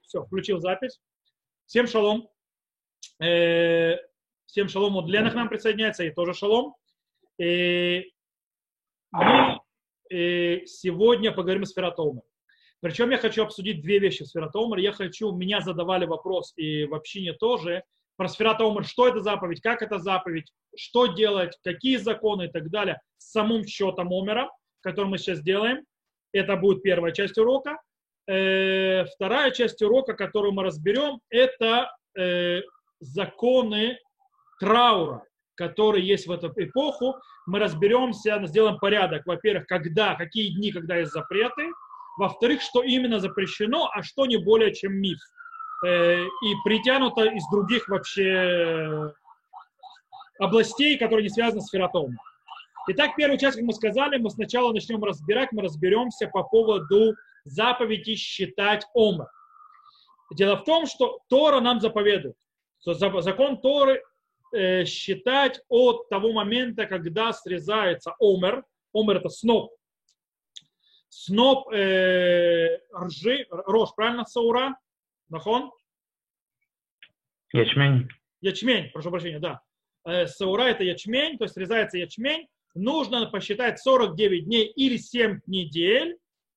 Все, включил запись. Всем шалом. Всем шалом. Вот Лена к нам присоединяется, и тоже шалом. Мы сегодня поговорим о Сферат Омер. Причем я хочу обсудить две вещи в Сферат Омер. Меня задавали вопрос, и в общине тоже, про Сферат Омер, что это заповедь, как это заповедь, что делать, какие законы и так далее с самым счетом Омера, который мы сейчас делаем. Это будет первая часть урока. Вторая часть урока, которую мы разберем, это законы траура, которые есть в эту эпоху. Мы разберемся, сделаем порядок, во-первых, какие дни, когда есть запреты, во-вторых, что именно запрещено, а что не более чем миф. И притянуто из других вообще областей, которые не связаны с Сферат Омер. Итак, первую часть, как мы сказали, мы сначала начнем разбирать, мы разберемся по поводу заповеди считать Омер. Дело в том, что Тора нам заповедует, что закон Торы считать от того момента, когда срезается Омер. Омер это сноп. Сноп ржи, рожь, правильно, саура? Нахон? Ячмень. Ячмень, прошу прощения, да. Саура это ячмень, то есть срезается ячмень. Нужно посчитать 49 дней или 7 недель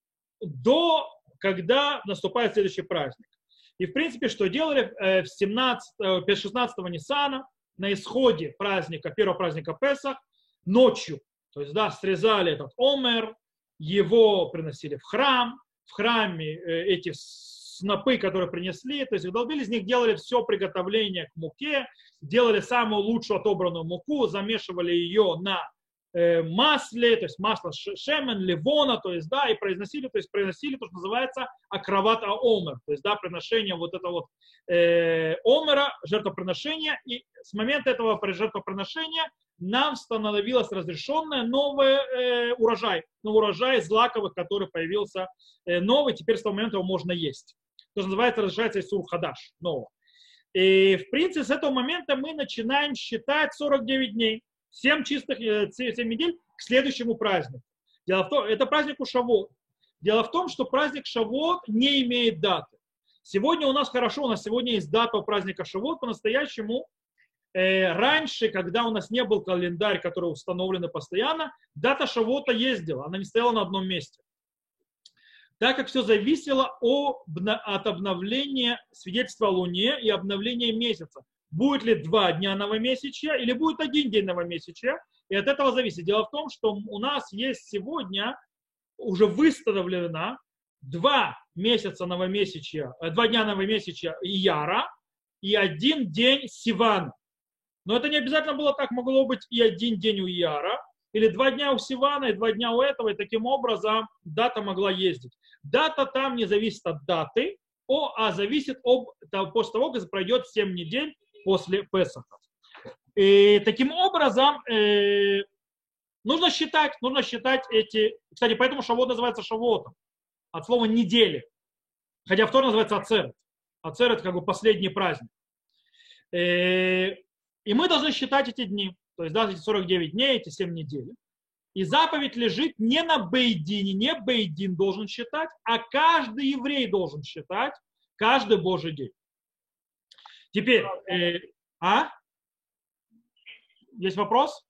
до когда наступает следующий праздник. И в принципе, что делали в 16-го Ниссана, на исходе праздника, первого праздника Песах, ночью, то есть, да, срезали этот омер, его приносили в храм, в храме эти снопы, которые принесли, то есть их долбили, из них делали все приготовление к муке, делали самую лучшую отобранную муку, замешивали ее на масле, то есть масло шемен, ливона, то есть, да, и приносили то, что называется акрават омер, то есть, да, приношение вот этого вот омера, жертвоприношения, и с момента этого жертвоприношения нам становилось разрешенное новый урожай злаковых, который появился новый, теперь с того момента его можно есть. То, что называется, разрешается Исур Хадаш, нового. И, в принципе, с этого момента мы начинаем считать 49 дней. 7 чистых 7 недель к следующему празднику. Дело в том, это праздник Шавуот. Дело в том, что праздник Шавуот не имеет даты. Сегодня у нас сегодня есть дата у праздника Шавуот по-настоящему. Раньше, когда у нас не был календарь, который установлен постоянно, дата Шавуота ездила, она не стояла на одном месте. Так как все зависело от обновления свидетельства о Луне и обновления месяца. Будет ли 2 дня новомесячья или будет 1 день новомесячья, и от этого зависит. Дело в том, что у нас есть сегодня уже выставлено 2 месяца новомесячья, 2 дня новомесячья Ияра и 1 день Сивана. Но это не обязательно было так, могло быть и 1 день у Ияра, или 2 дня у Сивана и 2 дня у этого, и таким образом дата могла ездить. Дата там не зависит от даты, а зависит после того, как пройдет 7 недель после Песаха. И таким образом нужно считать эти... Кстати, поэтому Шавуот называется Шавуотом. От слова недели. Хотя второй называется Ацерет. Ацерет как бы последний праздник. И мы должны считать эти дни. То есть даже эти 49 дней, эти 7 недель. И заповедь лежит не на Бейдине, не Бейдин должен считать, а каждый еврей должен считать каждый Божий день. Теперь, есть вопрос?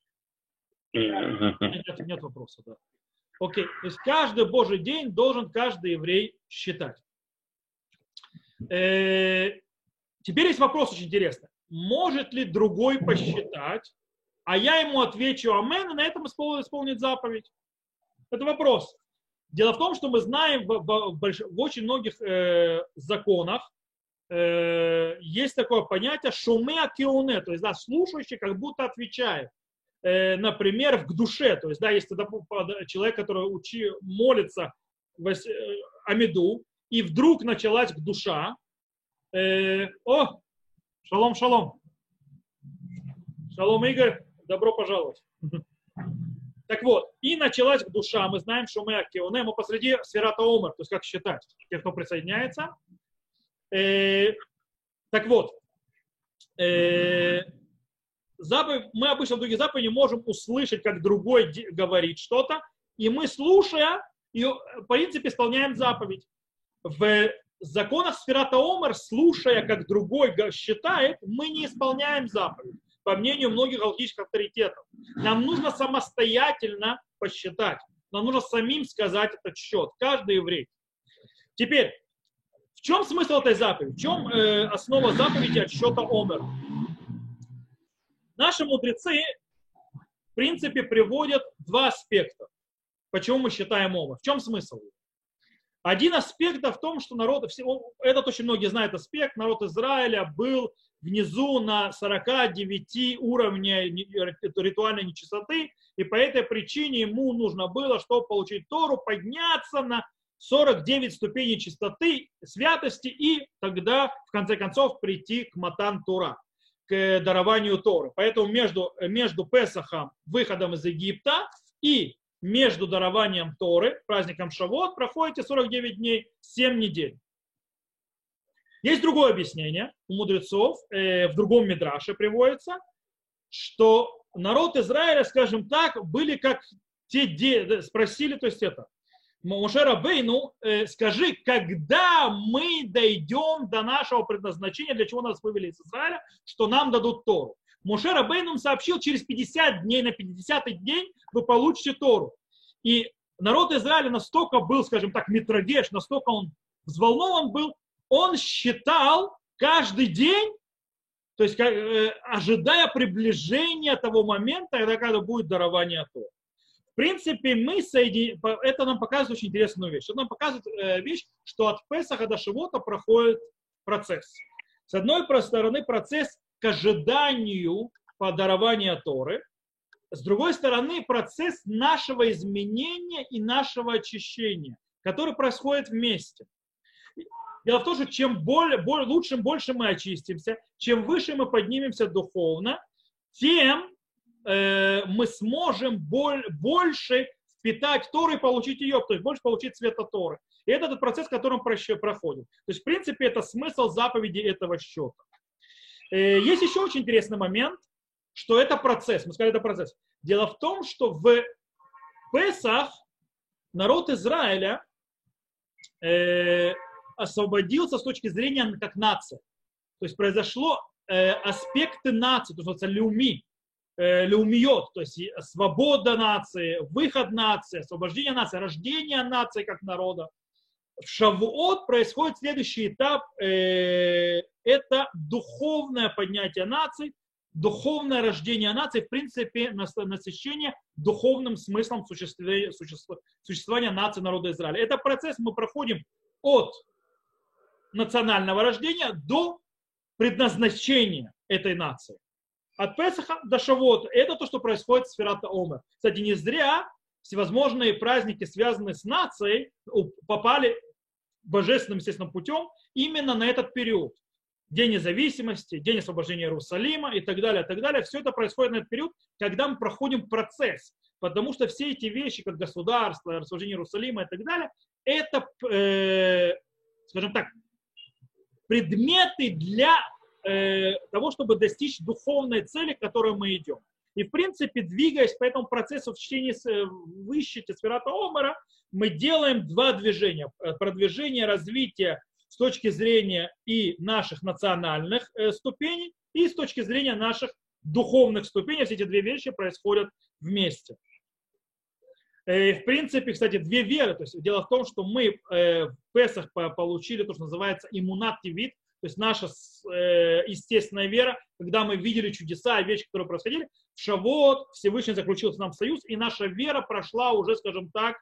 Нет вопроса, да. Окей, то есть каждый Божий день должен каждый еврей считать. Теперь есть вопрос очень интересный. Может ли другой посчитать, а я ему отвечу амен, и на этом исполнит заповедь? Это вопрос. Дело в том, что мы знаем в очень многих законах, есть такое понятие шуме акеуне, то есть, да, слушающий как будто отвечает. Например, в душе, то есть, да, есть человек, который молится в Амиду, и вдруг началась душа. Шалом, шалом. Шалом, Игорь, добро пожаловать. Так вот, и началась душа, мы знаем шуме акеуне, мы посреди Сферат Омер, то есть как считать, те, кто присоединяется. Так вот, мы обычно в других заповедях можем услышать, как другой говорит что-то, и мы, слушая, и, в принципе, исполняем заповедь. В законах сферата омер, слушая, как другой считает, мы не исполняем заповедь, по мнению многих галактических авторитетов. Нам нужно самостоятельно посчитать. Нам нужно самим сказать этот счет, каждый еврей. Теперь, в чем смысл этой заповеди? В чем основа заповеди от счета омер? Наши мудрецы, в принципе, приводят два аспекта, почему мы считаем омер. В чем смысл? Один аспект в том, что народ, этот очень многие знают аспект, народ Израиля был внизу на 49 уровне ритуальной нечистоты, и по этой причине ему нужно было, чтобы получить Тору, подняться на 49 ступеней чистоты, святости, и тогда, в конце концов, прийти к Матан Тора, к дарованию Торы. Поэтому между Песахом, выходом из Египта, и между дарованием Торы, праздником Шавуот, проходите 49 дней, 7 недель. Есть другое объяснение у мудрецов, в другом мидраше приводится, что народ Израиля, скажем так, были как те, спросили, то есть это, Моше Рабейну, скажи, когда мы дойдем до нашего предназначения, для чего нас вывели из Израиля, что нам дадут Тору. Моше Рабейну сообщил, через 50 дней, на 50-й день вы получите Тору. И народ Израиля настолько был, скажем так, митрагеш, настолько он взволнован был, он считал каждый день, то есть ожидая приближения того момента, когда будет дарование Торы. В принципе, это нам показывает очень интересную вещь. Это нам показывает вещь, что от Песаха до Шавуота проходит процесс. С одной стороны, процесс к ожиданию дарования Торы. С другой стороны, процесс нашего изменения и нашего очищения, который происходит вместе. Дело в том, что чем больше мы очистимся, чем выше мы поднимемся духовно, тем мы сможем больше впитать Тору и получить ее, то есть больше получить света Торы. И это тот процесс, которым проходит. То есть, в принципе, это смысл заповеди этого счета. Есть еще очень интересный момент, что это процесс. Мы сказали, это процесс. Дело в том, что в Песах народ Израиля освободился с точки зрения как нация. То есть произошло аспекты нации, то есть леумиот, то есть свобода нации, выход нации, освобождение нации, рождение нации как народа. В Шавуот происходит следующий этап, это духовное поднятие наций, духовное рождение нации, в принципе, насыщение духовным смыслом существования нации народа Израиля. Это процесс мы проходим от национального рождения до предназначения этой нации. От Песаха до Шавуота. Это то, что происходит в сферата омер. Кстати, не зря всевозможные праздники, связанные с нацией, попали божественным, естественным путем именно на этот период. День независимости, день освобождения Иерусалима и так далее, и так далее. Все это происходит на этот период, когда мы проходим процесс. Потому что все эти вещи, как государство, освобождение Иерусалима и так далее, это, скажем так, предметы для того, чтобы достичь духовной цели, к которой мы идем. И, в принципе, двигаясь по этому процессу в течение высчета сферата омера, мы делаем два движения. Продвижение развития с точки зрения и наших национальных ступеней, и с точки зрения наших духовных ступеней. Все эти две вещи происходят вместе. В принципе, кстати, две веры. То есть, дело в том, что мы в Песах получили то, что называется иммунат тивит, то есть наша естественная вера, когда мы видели чудеса и вещи, которые происходили. В Шавуот Всевышний заключил с нами союз, и наша вера прошла уже, скажем так,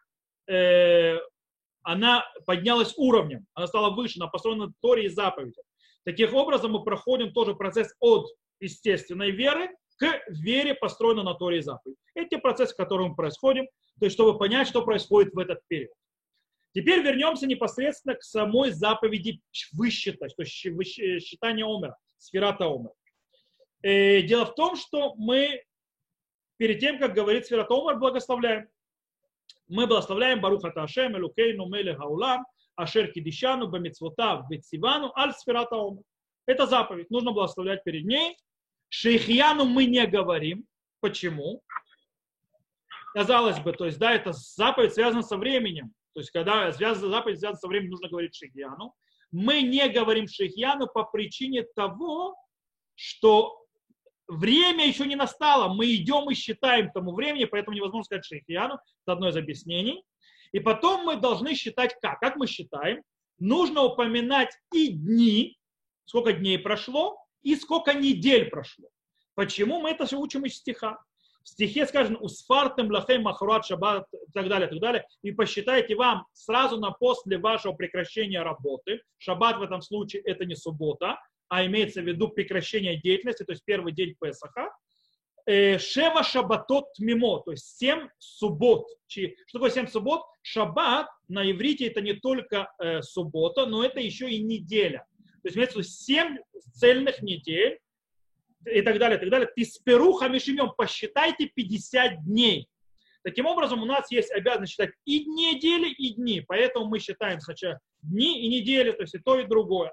она поднялась уровнем, она стала выше, она построена на Торе и заповедях. Таким образом, мы проходим тоже процесс от естественной веры к вере, построенной на Торе и заповедях. Эти процессы, в которых мы происходим, то есть чтобы понять, что происходит в этот период. Теперь вернемся непосредственно к самой заповеди высчитать, то есть считание омера, сферата омер. Дело в том, что мы перед тем, как говорит сферата омер, благословляем. Мы благословляем Барух ата Ашем, Элукейну, Мелех хаолам, Ашер кидишану, бамицвотав, бецивану, аль сферата омер. Это заповедь, нужно благословлять перед ней. Шейхьяну мы не говорим. Почему? Казалось бы, то есть, да, это заповедь связана со временем. То есть, когда заповедь связана со временем, нужно говорить шейхьяну. мы не говорим шейхьяну по причине того, что время еще не настало. Мы идем и считаем к тому времени, поэтому невозможно сказать шейхьяну. Это одно из объяснений. И потом мы должны считать как? Как мы считаем? Нужно упоминать и дни, сколько дней прошло, и сколько недель прошло. Почему мы это все учим из стиха? В стихе сказано «Усфартем лахем махруат шаббат» и так далее, и так далее. И посчитайте вам сразу после вашего прекращения работы. Шаббат в этом случае это не суббота, а имеется в виду прекращение деятельности, то есть первый день Песаха. Шева шаббатот мимо, то есть 7 суббот. Что такое 7 суббот? Шаббат на иврите это не только суббота, но это еще и неделя. То есть имеется в виду 7 цельных недель и так далее, и так далее. Тисперу хамишимьем, посчитайте 50 дней. Таким образом, у нас есть обязанность считать и недели, и дни. Поэтому мы считаем сначала дни и недели, то есть и то, и другое.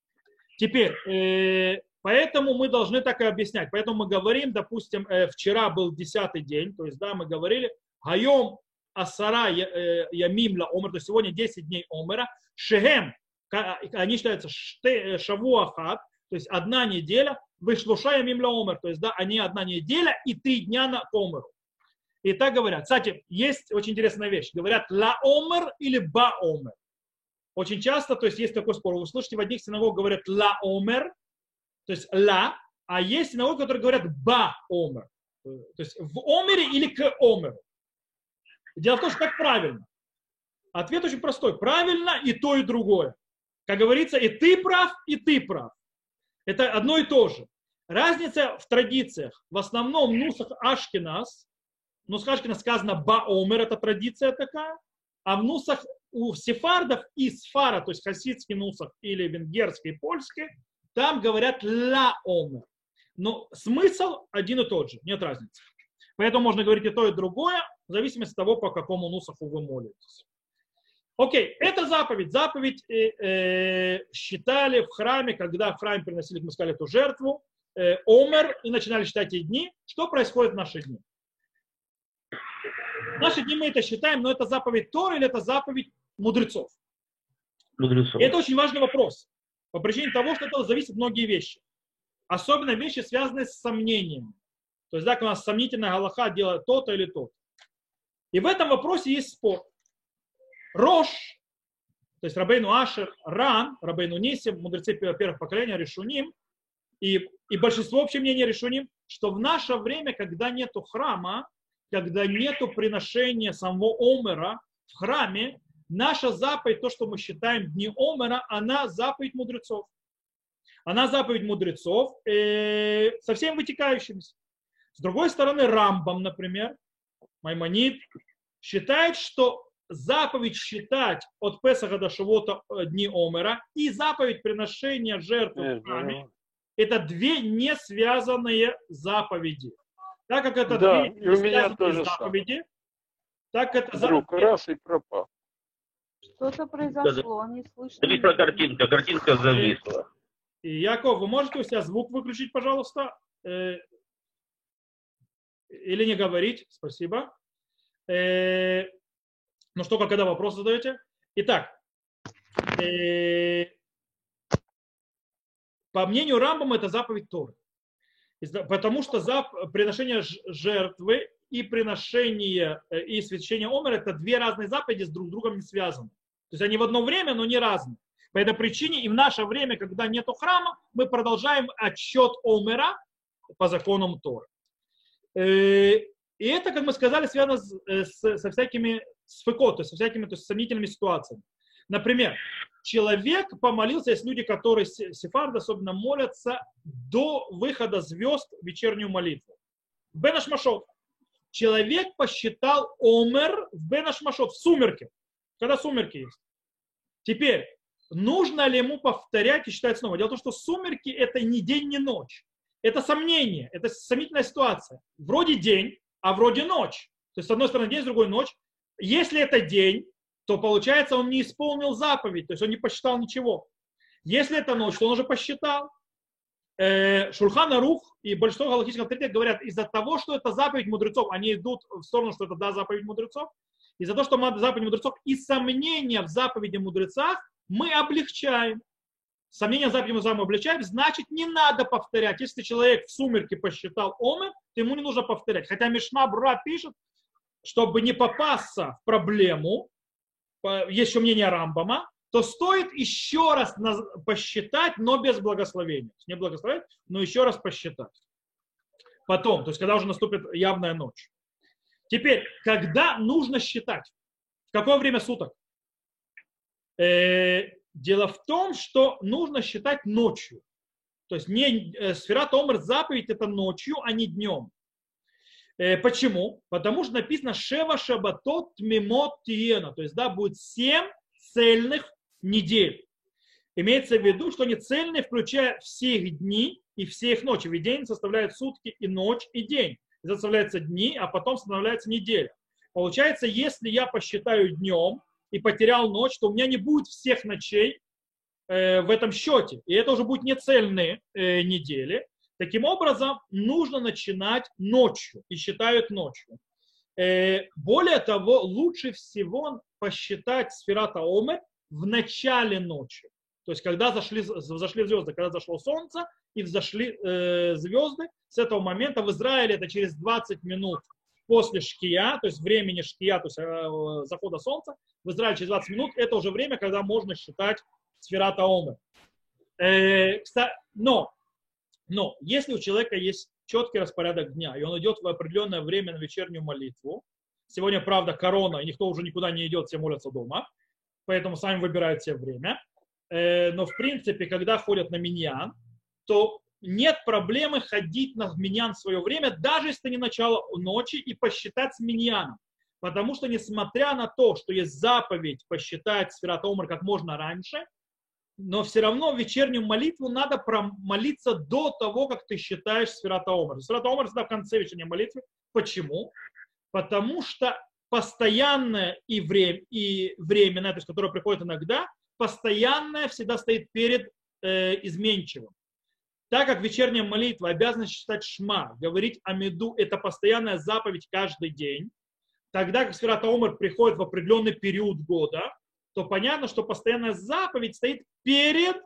Теперь, поэтому мы должны так и объяснять. Поэтому мы говорим, допустим, вчера был 10-й день, то есть, да, мы говорили, хайом асара ямим ла омер, то есть сегодня 10 дней омера, шехем, они считаются шавуахат, то есть одна неделя, вышлуша ямим ла омер, то есть, да, они одна неделя и 3 дня на омеру. И так говорят. Кстати, есть очень интересная вещь. Говорят ла омер или ба омер. Очень часто, то есть есть такой спор. Вы слышите, в одних синагогах говорят ла омер, то есть ла, а есть синагоги, которые говорят ба омер. То есть в омере или к омеру. Дело в том, что как правильно. Ответ очень простой. Правильно и то, и другое. Как говорится, и ты прав, и ты прав. Это одно и то же. Разница в традициях. В основном нусах Ашкеназ, нусах Ашкеназ сказано ба омер, это традиция такая, а в нусах у сефардов и сфара, то есть хасидский нусах или венгерский и польский, там говорят ла омер. Но смысл один и тот же, нет разницы. Поэтому можно говорить и то, и другое, в зависимости от того, по какому нусаху вы молитесь. Окей, это заповедь. Заповедь считали в храме, когда в храме приносили, мы сказали, эту жертву, омер, и начинали считать эти дни. Что происходит в наши дни? В наши дни мы это считаем, но это заповедь Торы или это заповедь мудрецов? Мудрецов. И это очень важный вопрос. По причине того, что это зависит от многие вещи. Особенно вещи, связанные с сомнением. То есть, да, когда у нас сомнительная галаха делает то-то или то-то. И в этом вопросе есть спор. Рош, то есть Рабейну Ашер, Ран, Рабейну Нисим, мудрецы первых поколения, Решуним, и большинство вообще мнений Решуним, что в наше время, когда нету храма, когда нету приношения самого омера в храме, наша заповедь, то, что мы считаем дни омера, она заповедь мудрецов. Она заповедь мудрецов со всеми вытекающимися. С другой стороны, Рамбам, например, Маймонид, считает, что заповедь считать от Песаха до Шавуота дни омера и заповедь приношения жертвы в храме – это две не связанные заповеди. Так как это две не связанные заповеди, так это вдруг раз и пропал. Что-то произошло, не слышно. Зависла картинка, картинка зависла. И, Яков, вы можете у себя звук выключить, пожалуйста? Или не говорить? Спасибо. Ну что, когда вопрос задаете? Итак, по мнению Рамбама, это заповедь Торы. Потому что приношение жертвы и приношение и священие омера – это две разные заповеди, с друг другом не связаны. То есть они в одно время, но не разные. По этой причине и в наше время, когда нет храма, мы продолжаем отсчет омера по законам Торы. И это, как мы сказали, связано со всякими сфекот, то есть со всякими сомнительными ситуациями. Например, человек помолился, есть люди, которые сефарды особенно молятся до выхода звезд в вечернюю молитву. Бен Ашмашот. Человек посчитал омер в Бен Ашмашот, в сумерки, когда сумерки есть. Теперь, нужно ли ему повторять и считать снова? Дело в том, что сумерки это не день, не ночь. Это сомнение, это сомнительная ситуация. Вроде день, а вроде ночь. То есть с одной стороны день, с другой ночь. Если это день, то получается он не исполнил заповедь, то есть он не посчитал ничего. Если это ночь, то он уже посчитал. Шульхан Арух и большинство галахических авторитетов говорят, из-за того, что это заповедь мудрецов, они идут в сторону, что это да, заповедь мудрецов, из-за того, что заповедь мудрецов и сомнения в заповеди мудрецах, мы облегчаем. Сомнение заповеди мы сами облегчаем, значит, не надо повторять. Если человек в сумерки посчитал омер, то ему не нужно повторять. Хотя Мишна Брура пишет, чтобы не попасться в проблему, есть еще мнение Рамбама, то стоит еще раз посчитать, но без благословения. Не благословить, но еще раз посчитать. Потом, то есть когда уже наступит явная ночь. Теперь, когда нужно считать? В какое время суток? Дело в том, что нужно считать ночью. То есть сферат омер заповедь это ночью, а не днем. Почему? Потому что написано Шева Шабатот Тмимот Тиена. То есть да, будет 7 цельных недель. Имеется в виду, что они цельные, включая все их дни и все их ночи. Ведь день составляет сутки и ночь, и день. Составляются дни, а потом составляется неделя. Получается, если я посчитаю днем и потерял ночь, то у меня не будет всех ночей в этом счете. И это уже будет не цельные недели. Таким образом, нужно начинать ночью и считают ночью. Более того, лучше всего посчитать сферат омер в начале ночи. То есть, когда взошли звезды, когда зашло солнце и взошли звезды, с этого момента в Израиле это через 20 минут после шкия, то есть времени шкия, то есть захода солнца, в Израиле через 20 минут, это уже время, когда можно считать сферат омер. Но если у человека есть четкий распорядок дня, и он идет в определенное время на вечернюю молитву, сегодня, правда, корона, и никто уже никуда не идет, все молятся дома, поэтому сами выбирают себе время, но в принципе, когда ходят на миньян, то нет проблемы ходить на миньян в свое время, даже если не начало ночи, и посчитать с миньяном. Потому что, несмотря на то, что есть заповедь посчитать сферат омер как можно раньше, но все равно вечернюю молитву надо молиться до того, как ты считаешь сферат омер. Сферат омер всегда в конце вечерней молитвы. Почему? Потому что постоянное и временное, то есть которое приходит иногда, постоянное всегда стоит перед изменчивым. Так как вечерняя молитва обязана считать шма, говорить амиду, это постоянная заповедь каждый день, тогда как сферат омер приходит в определенный период года, то понятно, что постоянная заповедь стоит перед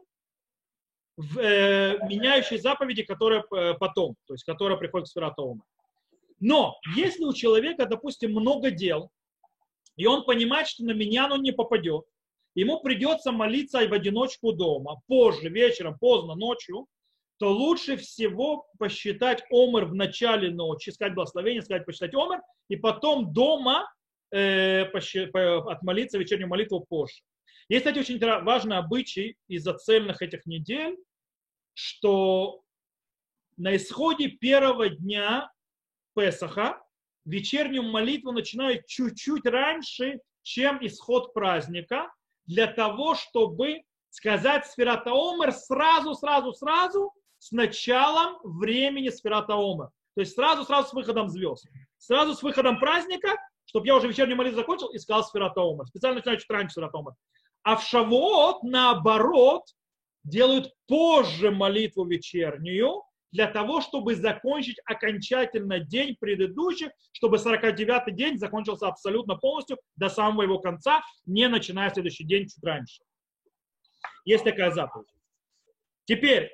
меняющей заповеди, которая потом, то есть которая приходит к сферат омер. Но если у человека, допустим, много дел, и он понимает, что на миньян он не попадет, ему придется молиться в одиночку дома, позже, вечером, поздно, ночью, то лучше всего посчитать омер в начале ночи, сказать благословение, сказать посчитать омер, и потом дома отмолиться вечернюю молитву позже. Есть, кстати, очень важный обычай из-за цельных этих недель, что на исходе первого дня Песаха вечернюю молитву начинают чуть-чуть раньше, чем исход праздника, для того, чтобы сказать сферат омер сразу с началом времени сферат омер. То есть сразу с выходом звезд. Сразу с выходом праздника, чтобы я уже вечернюю молитву закончил и сказал сферат омер. Специально начинаю чуть раньше сферат омер. А в Шавуот, наоборот, делают позже молитву вечернюю, для того, чтобы закончить окончательно день предыдущий, чтобы 49-й день закончился абсолютно полностью до самого его конца, не начиная следующий день чуть раньше. Есть такая заповедь. Теперь,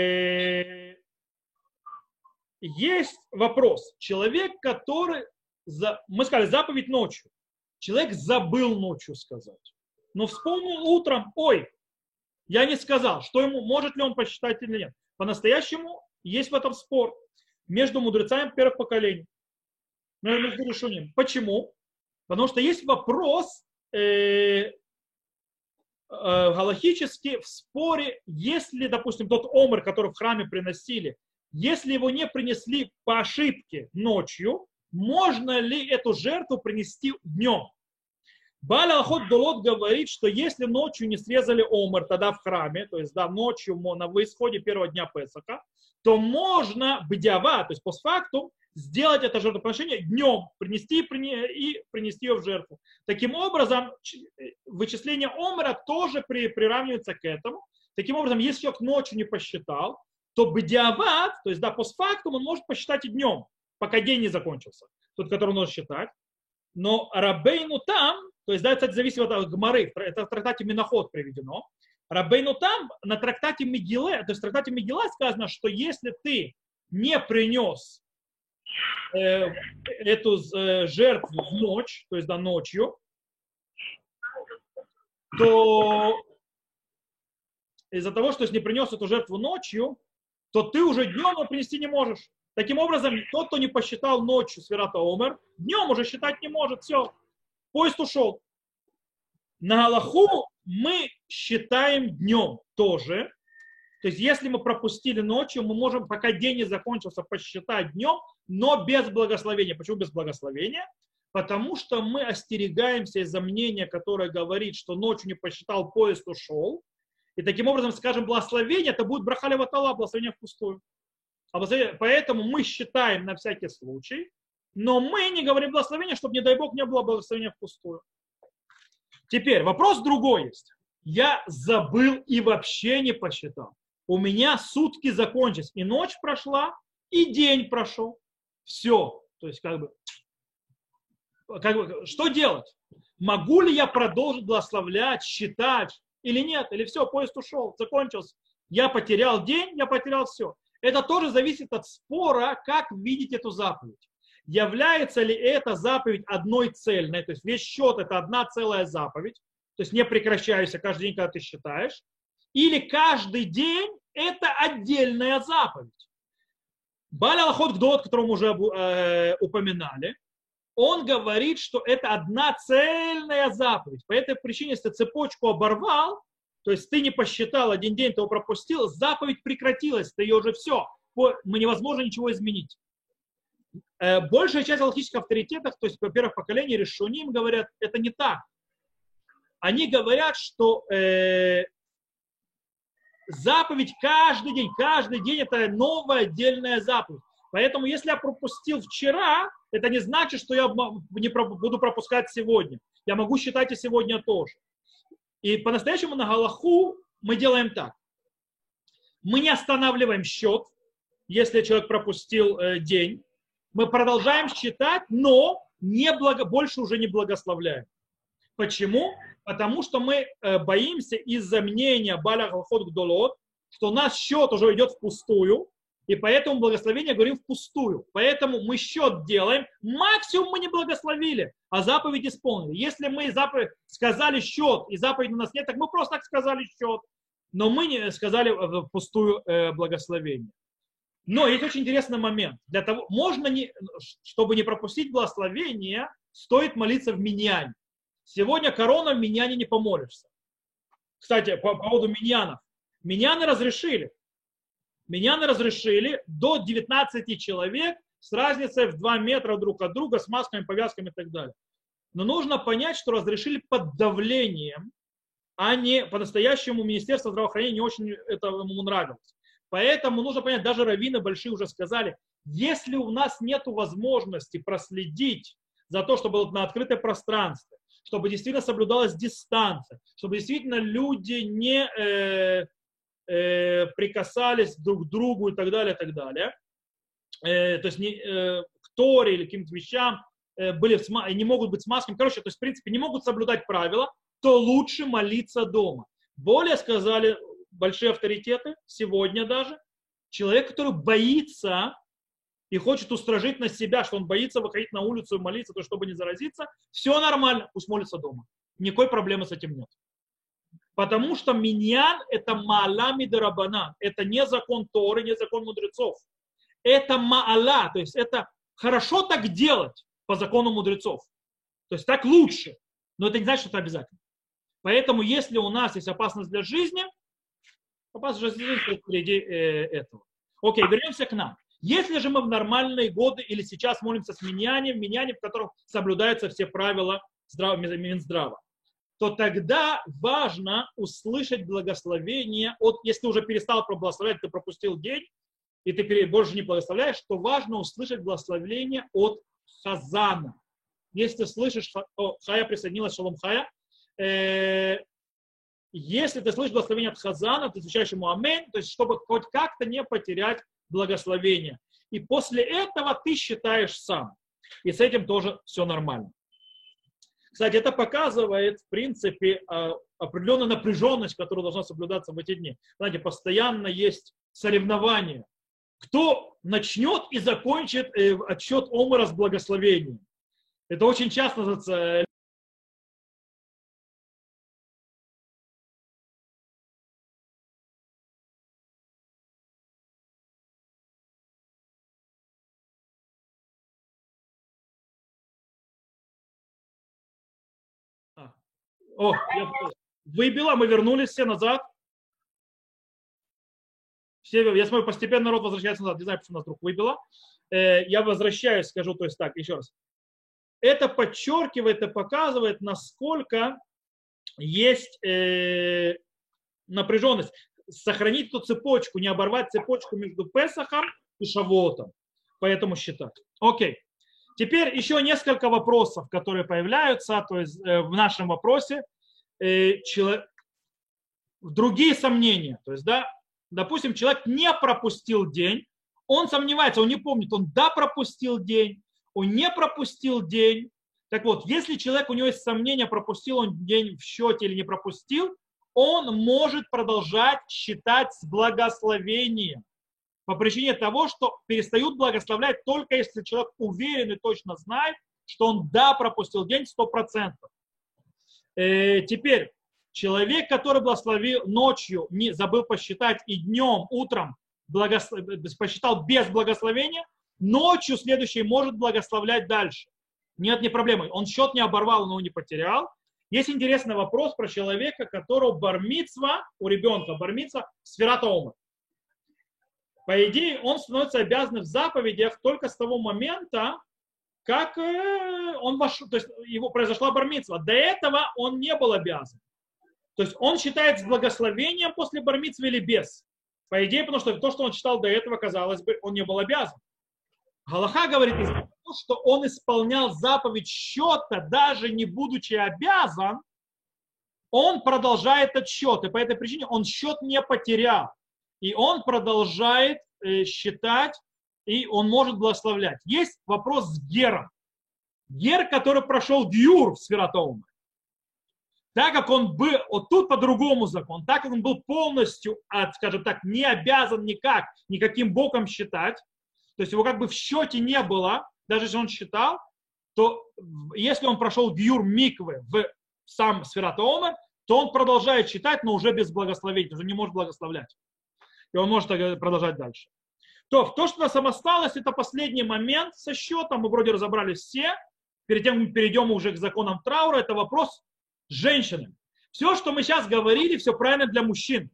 есть вопрос. Человек, который, мы сказали, заповедь ночью. Человек забыл ночью сказать. Но вспомнил утром, ой, я не сказал, что ему, может ли он посчитать или нет. По-настоящему есть в этом спор между мудрецами первых поколений. Между решением. Почему? Потому что есть вопрос галахически в споре, если, допустим, тот омер, который в храме приносили, если его не принесли по ошибке ночью, можно ли эту жертву принести днем? Бааль Алахот Долот говорит, что если ночью не срезали омер, тогда в храме, то есть да, ночью на исходе первого дня Песаха, то можно бдиава, то есть постфактум, сделать это жертвоприношение днем, принести ее в жертву. Таким образом, вычисление омера тоже приравнивается к этому. Таким образом, если человек ночью не посчитал, то бдиават, то есть да, постфактум, он может посчитать и днем, пока день не закончился, тот, который он может считать. Но Рабейну там то есть, да, это зависит от Гмары, это в трактате Миноход приведено. Рабейну Там на трактате Мегиле, то есть в трактате Мегила сказано, что если ты не принес эту жертву в ночь, то есть да, ночью, то из-за того, что если не принес эту жертву ночью, то ты уже днем ее принести не можешь. Таким образом, тот, кто не посчитал ночью Сфират ха-Омер, днем уже считать не может. Все, поезд ушел. На Галаху мы считаем днем тоже. То есть, если мы пропустили ночью, мы можем, пока день не закончился, посчитать днем, но без благословения. Почему без благословения? Потому что мы остерегаемся из-за мнения, которое говорит, что ночью не посчитал, поезд ушел. И таким образом, скажем, благословение, это будет брахали ватала, благословение впустую. Поэтому мы считаем на всякий случай, но мы не говорим благословение, чтобы, не дай Бог, не было благословения впустую. Теперь вопрос другой есть. Я забыл и вообще не посчитал. У меня сутки закончились, и ночь прошла, и день прошел. Все. То есть, как бы, что делать? Могу ли я продолжить благословлять, считать или нет? Или все, поезд ушел, закончился. Я потерял день, я потерял все. Это тоже зависит от спора, как видеть эту заповедь. Является ли эта заповедь одной цельной, то есть весь счет это одна целая заповедь, то есть не прекращаешься каждый день, когда ты считаешь, или каждый день это отдельная заповедь. Бааль ха-Алахот Гдолот, которого мы уже упоминали, он говорит, что это одна цельная заповедь. По этой причине, если ты цепочку оборвал, то есть ты не посчитал один день, ты его пропустил, заповедь прекратилась, ты ее уже все, невозможно ничего изменить. Большая часть галахических авторитетов, то есть по первых поколениях решуним говорят, это не так. Они говорят, что заповедь каждый день это новая отдельная заповедь. Поэтому если я пропустил вчера, это не значит, что я не буду пропускать сегодня. Я могу считать и сегодня тоже. И по-настоящему на Галаху мы делаем так. Мы не останавливаем счет, если человек пропустил день. Мы продолжаем считать, но больше уже не благословляем. Почему? Потому что мы боимся из-за мнения Бааля ха-Алахот Гдолот, что у нас счет уже идет впустую, и поэтому благословение говорим впустую. Поэтому мы счет делаем, максимум мы не благословили, а заповедь исполнили. Если мы сказали счет, и заповеди у нас нет, так мы просто так сказали счет, но мы не сказали впустую благословение. Но есть очень интересный момент. Для того, чтобы не пропустить благословение, стоит молиться в миньяне. Сегодня корона в миньяне не помолишься. Кстати, по поводу миньянов. Миньяны разрешили. Миньяны разрешили до 19 человек с разницей в 2 метра друг от друга, с масками, повязками и так далее. Но нужно понять, что разрешили под давлением, а не по-настоящему Министерство здравоохранения не очень это ему нравилось. Поэтому нужно понять, даже раввины большие уже сказали, если у нас нет возможности проследить за то, чтобы было на открытое пространство, чтобы действительно соблюдалась дистанция, чтобы действительно люди не прикасались друг к другу и так далее, и так далее. То есть к Торе или к каким-то вещам не могут быть с масками. Короче, то есть в принципе не могут соблюдать правила, то лучше молиться дома. Более сказали большие авторитеты, сегодня даже, человек, который боится и хочет устражить на себя, что он боится выходить на улицу и молиться, то чтобы не заразиться, все нормально, пусть молится дома. Никакой проблемы с этим нет. Потому что миньян – это маала мидарабанан, это не закон Торы, не закон мудрецов. Это маала, то есть это хорошо так делать по закону мудрецов. То есть так лучше, но это не значит, что это обязательно. Поэтому если у нас есть опасность для жизни, опасность для жизни впереди этого. Окей, вернемся к нам. Если же мы в нормальные годы или сейчас молимся с миньянем, в котором соблюдаются все правила Минздрава, то тогда важно услышать благословение если ты уже перестал благословлять, ты пропустил день, и ты больше не благословляешь, то важно услышать благословение от Хазана. Если ты слышишь, Хая присоединилась, шалом Хая, если ты слышишь благословение от Хазана, ты отвечаешь ему аминь, то есть чтобы хоть как-то не потерять благословение. И после этого ты считаешь сам. И с этим тоже все нормально. Кстати, это показывает, в принципе, определенную напряженность, которая должна соблюдаться в эти дни. Знаете, постоянно есть соревнования. Кто начнет и закончит отсчет омара с благословением. Это очень часто называется. Выбило, мы вернулись все назад. Я смотрю, постепенно народ возвращается назад. Не знаю, почему нас вдруг выбило. Я возвращаюсь, скажу, то есть так, еще раз. Это подчеркивает и показывает, насколько есть напряженность. Сохранить эту цепочку, не оборвать цепочку между Песахом и Шавуотом. Поэтому считать. Окей. Теперь еще несколько вопросов, которые появляются, то есть в нашем вопросе. Другие сомнения. То есть, да, допустим, человек не пропустил день, он сомневается, он не помнит, он пропустил день, он не пропустил день. Так вот, если человек, у него есть сомнения, пропустил он день в счете или не пропустил, он может продолжать считать с благословением. По причине того, что перестают благословлять только если человек уверен и точно знает, что он пропустил день 100%. Теперь, человек, который благословил ночью, не забыл посчитать и днем, утром посчитал без благословения, ночью следующей может благословлять дальше. Нет, не проблемы. Он счет не оборвал, но не потерял. Есть интересный вопрос про человека, которого бар-мицва, у ребенка бар-мицва, сферат омер. По идее, он становится обязанным в заповедях только с того момента, как он вошел, то есть его произошла бар-мицва. До этого он не был обязан. То есть он считает с благословением после бар-мицвы или без. По идее, потому что то, что он читал до этого, казалось бы, он не был обязан. Галаха говорит, что он исполнял заповедь счета, даже не будучи обязан, он продолжает отсчет. И по этой причине он счет не потерял. И он продолжает считать, и он может благословлять. Есть вопрос с гером. Гер, который прошел гюр в сферат омер. Так как он был, вот тут по-другому закон, так как он был полностью, скажем так, не обязан никаким боком считать, то есть его как бы в счете не было, даже если он считал, то если он прошел гюр миквы в сам сферат омер, то он продолжает считать, но уже без благословения, уже не может благословлять. И он может продолжать дальше. То, что нас осталось, это последний момент со счетом. Мы вроде разобрали все. Перед тем, как мы перейдем уже к законам траура, это вопрос с женщинами. Все, что мы сейчас говорили, все правильно для мужчин.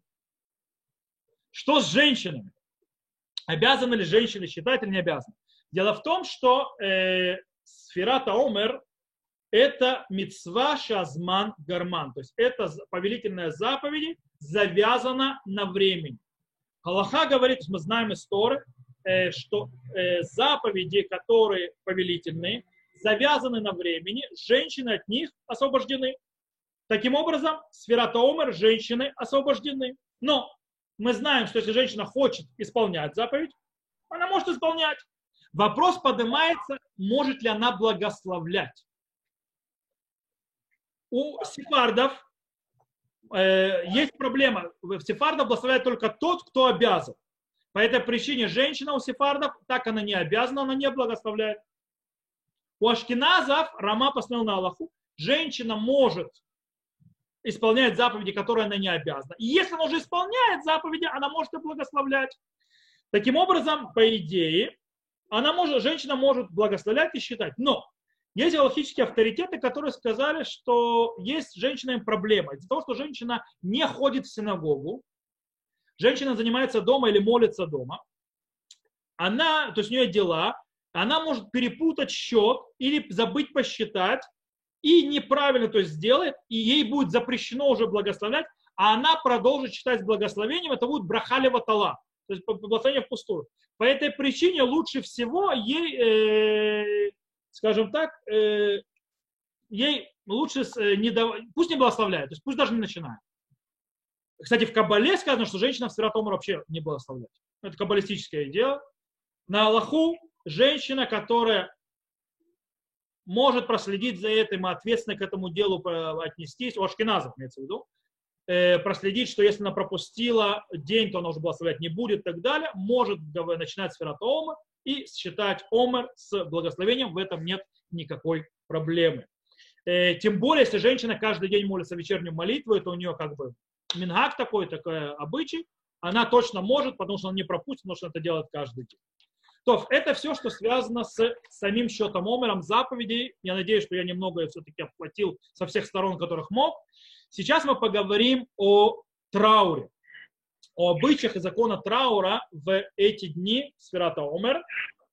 Что с женщинами? Обязаны ли женщины считать или не обязаны? Дело в том, что сферат омер это мицва шазман гарман. То есть это повелительная заповедь, завязана на времени. Галаха говорит, мы знаем из Торы, что заповеди, которые повелительные, завязаны на времени, женщины от них освобождены. Таким образом, сферат омер женщины освобождены. Но мы знаем, что если женщина хочет исполнять заповедь, она может исполнять. Вопрос поднимается, может ли она благословлять. У сефардов есть проблема. В сефардов благословляет только тот, кто обязан. По этой причине женщина у сефардов, так она не обязана, она не благословляет. У ашкеназов, Рама постановил на Аллаху, женщина может исполнять заповеди, которые она не обязана. И если она уже исполняет заповеди, она может и благословлять. Таким образом, по идее, женщина может благословлять и считать. Но есть галахические авторитеты, которые сказали, что есть с женщинами проблема. Из-за того, что женщина не ходит в синагогу, женщина занимается дома или молится дома, то есть у нее дела, она может перепутать счет или забыть посчитать, и неправильно то есть сделает, и ей будет запрещено уже благословлять, а она продолжит считать с благословением, это будет брахалева тала, то есть благословение впустую. По этой причине лучше всего ей, скажем так, ей лучше пусть не благословляет, то есть пусть даже не начинает. Кстати, в Кабале сказано, что женщина в сферат омер вообще не благословляет. Это каббалистическое дело. На Аллаху женщина, которая может проследить за этим, ответственно к этому делу отнестись, у ашкеназов имеется в виду, проследить, что если она пропустила день, то она уже благословлять не будет и так далее, может начинать с фират омер и считать омер с благословением, в этом нет никакой проблемы. Тем более, если женщина каждый день молится вечернюю молитву, это у нее как бы мингак такой обычай, она точно может, потому что она не пропустит, потому что она это делает каждый день. То это все, что связано с самим счетом омером, заповедей. Я надеюсь, что я немного все-таки обхватил со всех сторон, которых мог. Сейчас мы поговорим о трауре, о обычаях и законах траура в эти дни сфирата омер.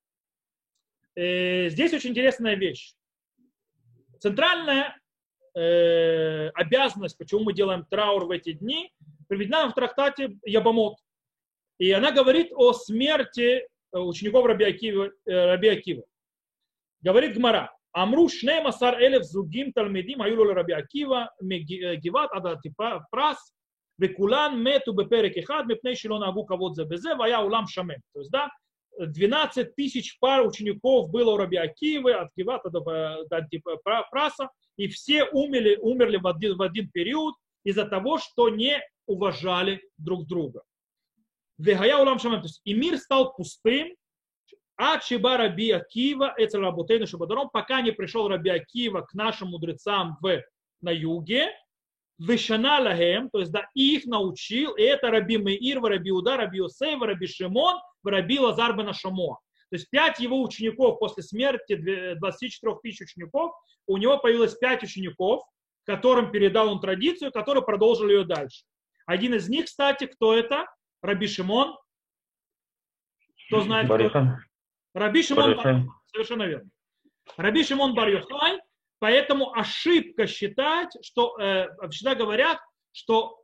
Здесь очень интересная вещь. Центральная обязанность, почему мы делаем траур в эти дни, приведена в трактате Ябамот. И она говорит о смерти учеников Раби Акива. Говорит Гмара. Амру шнем асар элев зугим талмидим аюлу Раби Акива гиват адатипа прас векулан мету беперек эхад мепней шило нагу кавод зе безе вая улам шамем. То есть, да, 12 тысяч пар учеников было у Раби Акивы от гивата до праса, и все умерли в один период из-за того, что не уважали друг друга. Вегая улам шамем. То есть, и мир стал пустым, а чиба Раби Акива, это работейна шабадаром, пока не пришел Раби Акива к нашим мудрецам на юге, вешана лагем, то есть да, их научил, и это Раби Меир, Раби Уда, Раби Йосей, Раби Шимон, Раби Лазар бен Шамоа. То есть 5 его учеников после смерти 24 тысяч учеников, у него появилось 5 учеников, которым передал он традицию, которые продолжили ее дальше. Один из них, кстати, кто это? Раби Шимон. Кто знает, кто это? Раби Шимон бар Йохай, совершенно верно. Раби Шимон бар Йохай, поэтому ошибка считать, что, всегда говорят, что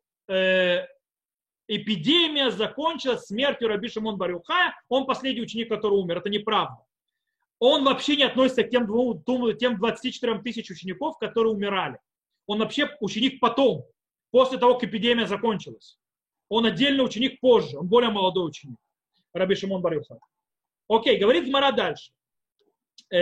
эпидемия закончилась смертью Раби Шимон бар Йохая, он последний ученик, который умер. Это неправда. Он вообще не относится к тем 24 тысяч учеников, которые умирали. Он вообще ученик потом, после того, как эпидемия закончилась. Он отдельный ученик позже, он более молодой ученик. Раби Шимон бар Йохай. Окей, говорит Гмара дальше. И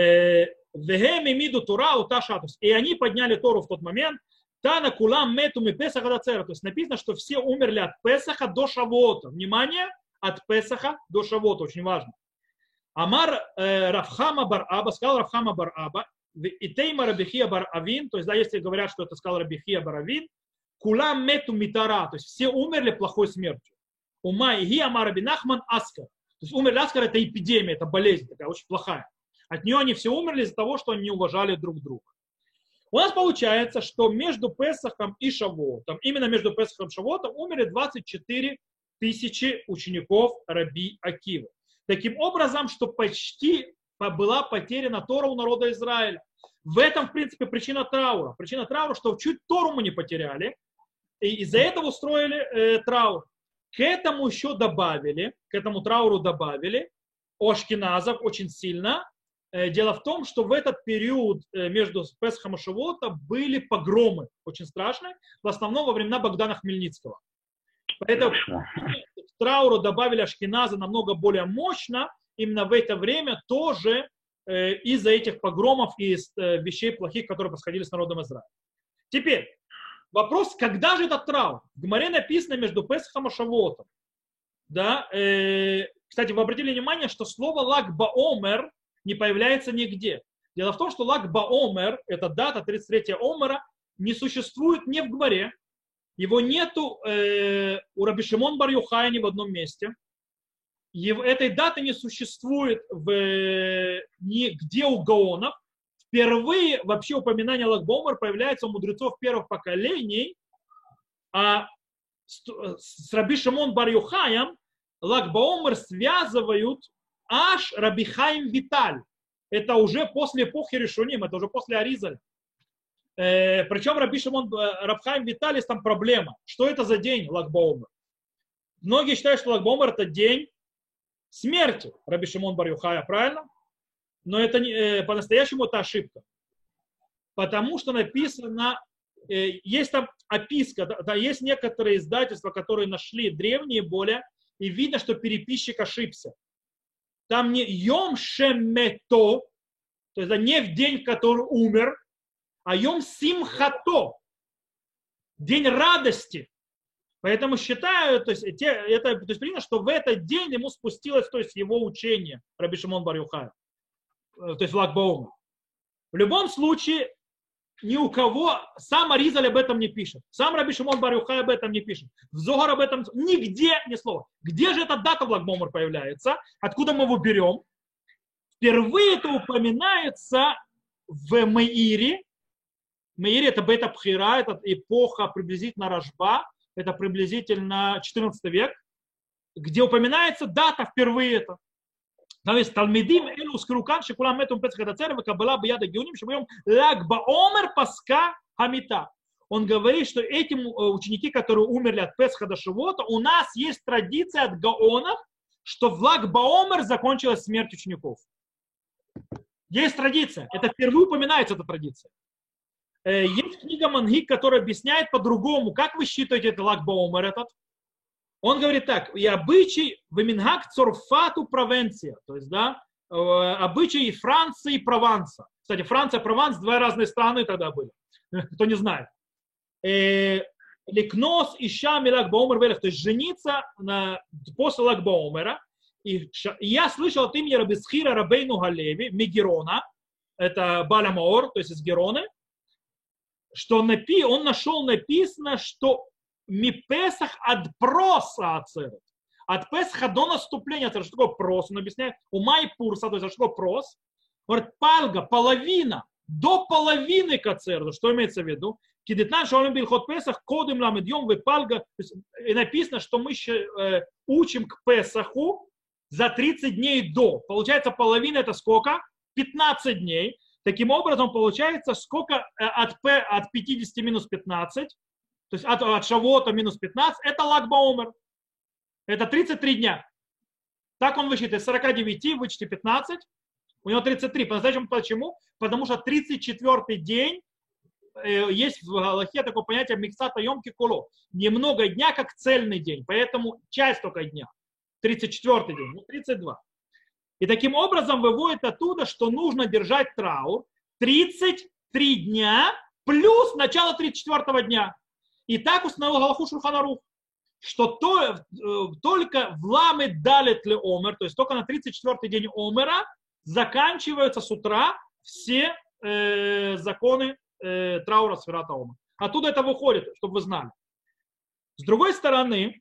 они подняли Тору в тот момент. Тана кулам мету ми Песаха до цера. То есть написано, что все умерли от Песаха до Шавуота. Внимание, от Песаха до Шавуота. Очень важно. Амар Равхама бар Аба, сказал Равхама бар Аба, и Тейма Рабихия бар Авин, то есть да, если говорят, что это сказал Рабихия бар Авин, кулам мету митара, то есть все умерли плохой смертью. Ума и Амар Раби Нахман Аскар. То есть умерли Аскар — это эпидемия, это болезнь такая, очень плохая. От нее они все умерли из-за того, что они не уважали друг друга. У нас получается, что между Песахом и Шавуотом, именно между Песахом и Шавуотом, умерли 24 тысячи учеников Раби Акивы. Таким образом, что почти была потеряна Тора у народа Израиля. В этом, в принципе, причина траура. Причина траура, что чуть Тору мы не потеряли, и из-за этого устроили траур. К этому еще добавили, к этому трауру добавили у ашкеназов очень сильно. Дело в том, что в этот период между Песахом и Шавуотом были погромы очень страшные, в основном во времена Богдана Хмельницкого. Поэтому к трауру добавили ашкеназы намного более мощно, именно в это время тоже из-за этих погромов и из вещей плохих, которые происходили с народом Израиля. Теперь, вопрос, когда же этот траур? В Гмаре написано между Песахом и Шавуотом. Да? Кстати, вы обратили внимание, что слово Lag BaOmer не появляется нигде. Дело в том, что Lag BaOmer, эта дата 33 Омера, не существует ни в Гмаре. Его нету у Раби Шимон бар Йохая ни в одном месте. Этой даты не существует нигде у Гаонов. Впервые вообще упоминание Lag BaOmer появляется у мудрецов первых поколений, а с Раби Шимон бар Йохаем Lag BaOmer связывают аж Раби Хаим Виталь. Это уже после эпохи Решуним, это уже после Аризаля. Причем Раби Хаим Виталь, есть там проблема. Что это за день Lag BaOmer? Многие считают, что Lag BaOmer это день смерти Раби Шимон бар Йохая, правильно? Но это по-настоящему это ошибка. Потому что написано, есть там описка, да, есть некоторые издательства, которые нашли древние более, и видно, что переписчик ошибся. Там не Йом Шемето, то есть да, не в день, в который умер, а Йом Симхато, день радости. Поэтому считаю, то есть, принято, что в этот день ему спустилось, то есть, его учение, Раби Шимон бар Йохай, то есть в Лаг баОмер. В любом случае, ни у кого, сам Аризаль об этом не пишет, сам Раби Шимон бар Йохай об этом не пишет, в Зогар об этом нигде ни слова. Где же эта дата в Лаг баОмер появляется? Откуда мы его берем? Впервые это упоминается в Меире. Меире это Бейт Абхира, это эпоха приблизительно Рашба, это приблизительно 14 век, где упоминается дата впервые это. Там есть Талмидим, Элу Скрукан, Шикулам Метум Пецхадацер, Вакабала Бияда Геоним, Шибьем Лаг баОмер Паска Хамита. Он говорит, что эти ученики, которые умерли от Песха до Шивота, у нас есть традиция от Гаонов, что в Лаг баОмер закончилась смерть учеников. Есть традиция. Это впервые упоминается, эта традиция. Есть книга Мангик, которая объясняет по-другому, как вы считаете это Лаг баОмер этот. Он говорит так, и обычай вемингак цорфату провенция, то есть, да, обычаи Франции и Прованса. Кстати, Франция и Прованс два разные страны тогда были, кто не знает. Лекнос ища Лаг баОмер велех, то есть жениться после Лаг баОмера. И я слышал от имени Раби Схира Рабейну Галеви, Мегерона, это Баля Маор, то есть из Героны, что он нашел написано, что Мипесах от проса ацерет. От Песха до наступления ацерет. Что такое прос? Он объясняет. У Майпурса, то есть что такое прос? Говорит, палга, половина, до половины к ацерету. Что имеется в виду? Кидитнан шалом билхот Песах, кодым ламедьем вы палга. И написано, что мы учим к Песаху за 30 дней до. Получается, половина это сколько? 15 дней. Таким образом, получается, сколько от 50 минус 15, то есть от Шавуота минус 15, это Лаг баОмер. Это 33 дня. Так он высчитает. Из 49 вычти 15, у него 33. По-настоящему почему? Потому что 34-й день, есть в Галахе такое понятие миксата йомки куло. Немного дня, как цельный день. Поэтому часть только дня. 34-й день, ну 32. И таким образом выводит оттуда, что нужно держать траур 33 дня плюс начало 34-го дня. И так установил Галаху Шулхан Арух, что только в ламед далет ле омер, то есть только на 34-й день омера заканчиваются с утра все законы траура сферата омер. Оттуда это выходит, чтобы вы знали. С другой стороны,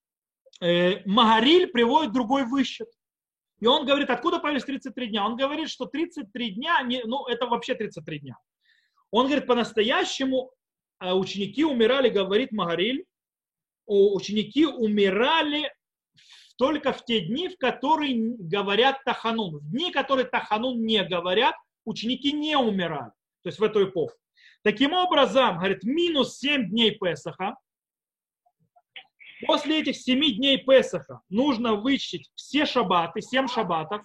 Магариль приводит другой высчет. И он говорит, откуда появились 33 дня? Он говорит, что 33 дня, это вообще 33 дня. Он говорит, по-настоящему ученики умирали, говорит Магариль, ученики умирали только в те дни, в которые говорят Таханун. В дни, которые Таханун не говорят, ученики не умирали. То есть в эту эпоху. Таким образом, говорит, минус 7 дней Песаха. После этих 7 дней Песаха нужно вычесть все шаббаты, 7 шаббатов.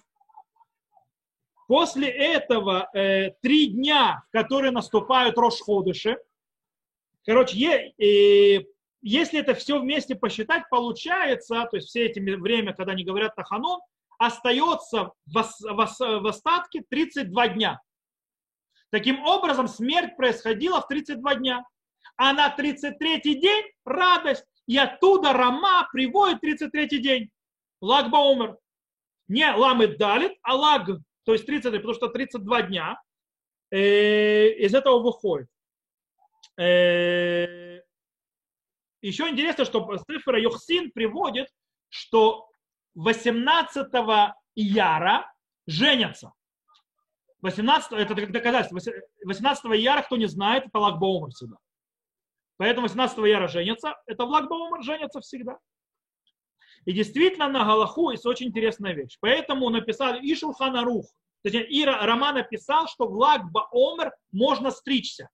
После этого 3 дня, в которые наступают Рош-Ходыши. Короче, если это все вместе посчитать, получается, то есть все эти время, когда они говорят Таханун, остается в остатке 32 дня. Таким образом, смерть происходила в 32 дня. А на 33-й день радость. И оттуда Рама приводит 33-й день. Лаг баОмер. Не ламед далит, а лаг, то есть 33, потому что 32 дня из этого выходит. Еще интересно, что Сефер Йохсин приводит, что 18-го Ияра женятся. 18, это доказательство. 18-го Ияра, кто не знает, это Лаг баОмер всегда. Поэтому 18-го Ияра женятся, это в Лаг баОмер женятся всегда. И действительно на Галаху есть очень интересная вещь. Поэтому написали и Шулхан Арух, точнее, и Рама написал, что в Лаг баОмер можно стричься.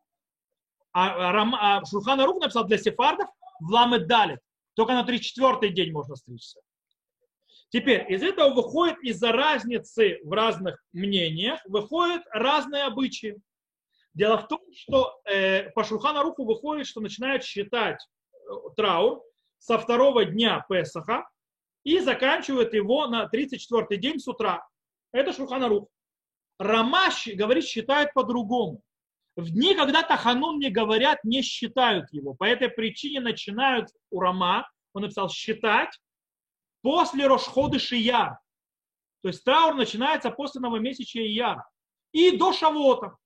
А Шулхан Арух написал для сефардов в ламед далет. Только на 34-й день можно стричься. Теперь, из этого выходит, из-за разницы в разных мнениях, выходят разные обычаи. Дело в том, что по Шулхан Аруху выходит, что начинают считать траур со 2-го дня Песаха и заканчивают его на 34-й день с утра. Это Шулхан Арух. Рама говорит, считают по-другому. В дни, когда Таханун не говорят, не считают его. По этой причине начинают у Рама, он написал, считать после Рошходыш Ияр. То есть траур начинается после новомесячия Ияра. И до Шавуота.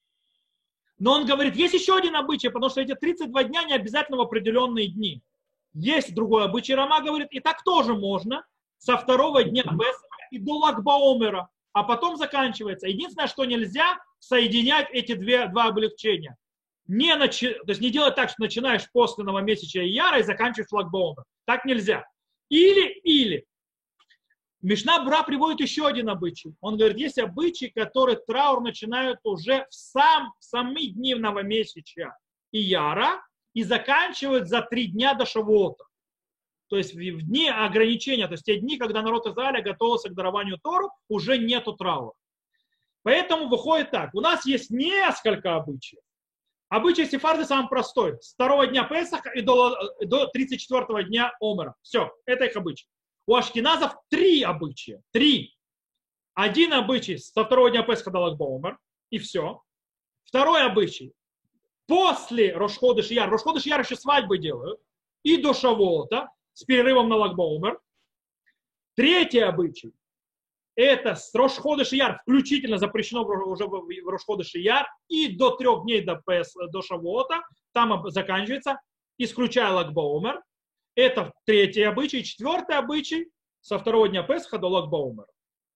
Но он говорит, есть еще один обычай, потому что эти 32 дня не обязательно в определенные дни. Есть другой обычай. Рама говорит, и так тоже можно со второго дня Песаха и до Лагбаомера. А потом заканчивается. Единственное, что нельзя соединять эти два облегчения. То есть не делать так, что начинаешь после новомесячия Ияра и заканчиваешь Лагбаомер. Так нельзя. Или. Мишна Бра приводит еще один обычай. Он говорит, есть обычаи, которые траур начинают уже в самые дни новомесячия Ияра и заканчивают за 3 дня до Шавуота. То есть в дни ограничения, то есть те дни, когда народ Израиля готовился к дарованию Тору, уже нету траура. Поэтому выходит так. У нас есть несколько обычаев. Обычай сефарды самый простой. С 2 дня Песаха и до 34 дня Омера. Все, это их обычай. У ашкеназов 3 обычая. 3. Один обычай со 2 дня Песаха до Лагбаомер. И все. Второй обычай. После Рошходыш Яр. Рошходыш Яр еще свадьбы делают. И до Шавуота. С перерывом на Лагбаомер. Третий обычай. Это с Рошходыш Яр включительно запрещено уже в Рошходыш Яр. И до 3 дней до Шавуота. Там заканчивается. Исключая Лагбаомер. Это третий обычай. Четвертый обычай со 2 дня Песаха до Лагбаомера.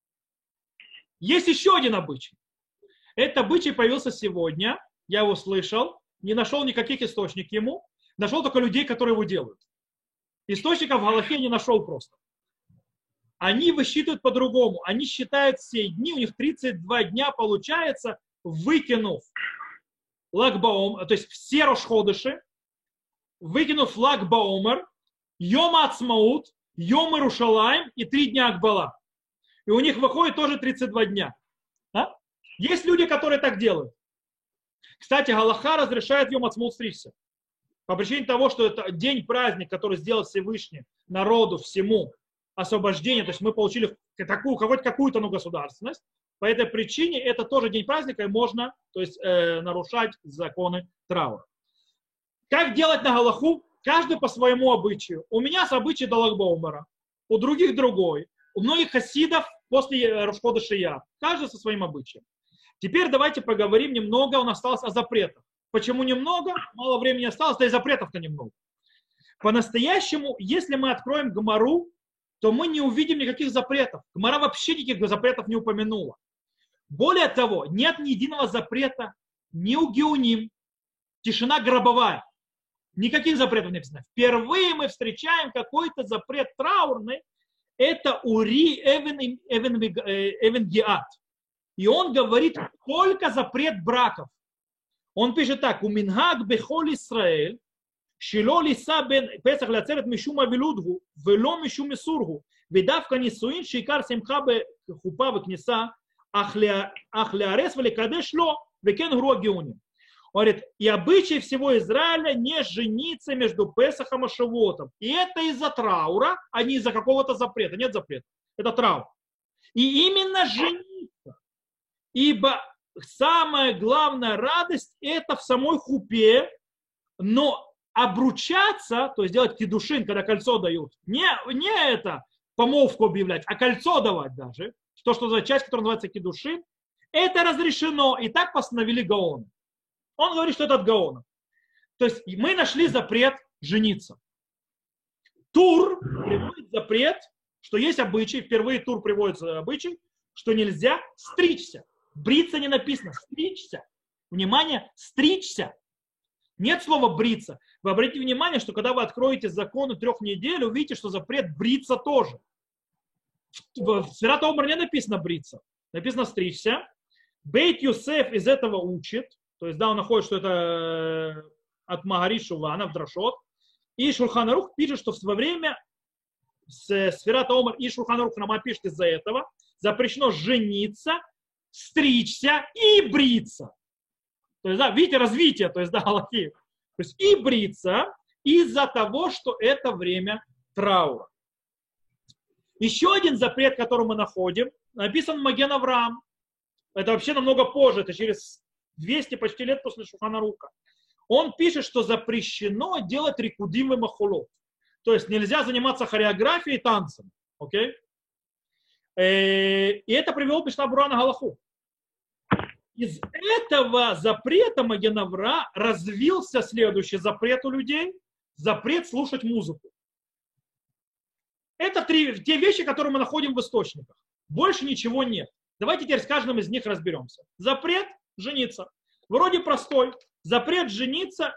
Есть еще один обычай. Этот обычай появился сегодня. Я его слышал. Не нашел никаких источников ему. Нашел только людей, которые его делают. Источников в Галахе не нашел просто. Они высчитывают по-другому. Они считают все дни. У них 32 дня получается, выкинув Лагбаомер, то есть все Рошходыши, выкинув Лагбаомер, Йом Ацмаут, Йом Иерушалаим и 3 дня Акбала. И у них выходит тоже 32 дня. А? Есть люди, которые так делают. Кстати, Галаха разрешает Йом Ацмаут стричься. По причине того, что это день-праздник, который сделал Всевышний народу, всему освобождение. То есть мы получили какую-то государственность. По этой причине это тоже день праздника, и можно нарушать законы траура. Как делать на Галаху? Каждый по своему обычаю. У меня с обычаем до Лагбаомера, у других другой, у многих хасидов после Рошходыш Ияр. Каждый со своим обычаем. Теперь давайте поговорим немного, у нас осталось о запретах. Почему немного? Мало времени осталось, да и запретов-то немного. По-настоящему, если мы откроем Гемару, то мы не увидим никаких запретов. Гемара вообще никаких запретов не упомянула. Более того, нет ни единого запрета ни у Геоним. Тишина гробовая. Никаких запретов не написано. Впервые мы встречаем какой-то запрет траурный. Это Ури Эвен Геат. И он говорит только запрет браков. Он пишет так. У Минхаг Бехол Исраэль שלא לישא בין פסח לעצרת משום אבלות הוא ולא משום מסור הוא ודווקא נישואין שעיקר שמחה בחופה וכניסה אך להרס ולקדש לו וכן הורו הגאונים. Он говорит, и обычай всего Израиля не жениться между Песахом и Шавуотом. И это из-за траура, а не из-за какого-то запрета. Нет запрета. Это траур. И именно жениться. Ибо самая главная радость это в самой хупе, но обручаться, то есть делать кидушин, когда кольцо дают, не это помолвку объявлять, а кольцо давать даже, то, что за часть, которая называется кидушин, это разрешено, и так постановили Гаоны. Он говорит, что это от Гаона. То есть мы нашли запрет жениться. Тур приводит запрет, что есть обычай, впервые Тур приводит обычай, что нельзя стричься. Бриться не написано, стричься. Внимание, стричься. Нет слова бриться. Вы обратите внимание, что когда вы откроете законы 3 недель, увидите, что запрет бриться тоже. В Сфират Омер не написано бриться. Написано стричься. Бейт Юсеф из этого учит. То есть, да, он находит, что это от Магари Шувана в Драшот. И Шулхан Арух пишет, что во время Сфират Омер и Шулхан Арух Рама пишет из-за этого запрещено жениться, стричься и бриться. То есть, да, видите, развитие, то есть, да, Галахи. То есть, и бриться из-за того, что это время траура. Еще один запрет, который мы находим, написан в Маген Авраам. это вообще намного позже, это через 200 почти лет после Шулхан Аруха. Он пишет, что запрещено делать рикудим и махулот. То есть нельзя заниматься хореографией и танцем. Окей? И это привело Мишна Брура на Галаху. Из этого запрета Маген Авраам развился следующий запрет у людей. Запрет слушать музыку. Это те вещи, которые мы находим в источниках. Больше ничего нет. Давайте теперь с каждым из них разберемся. Запрет жениться. Вроде простой. Запрет жениться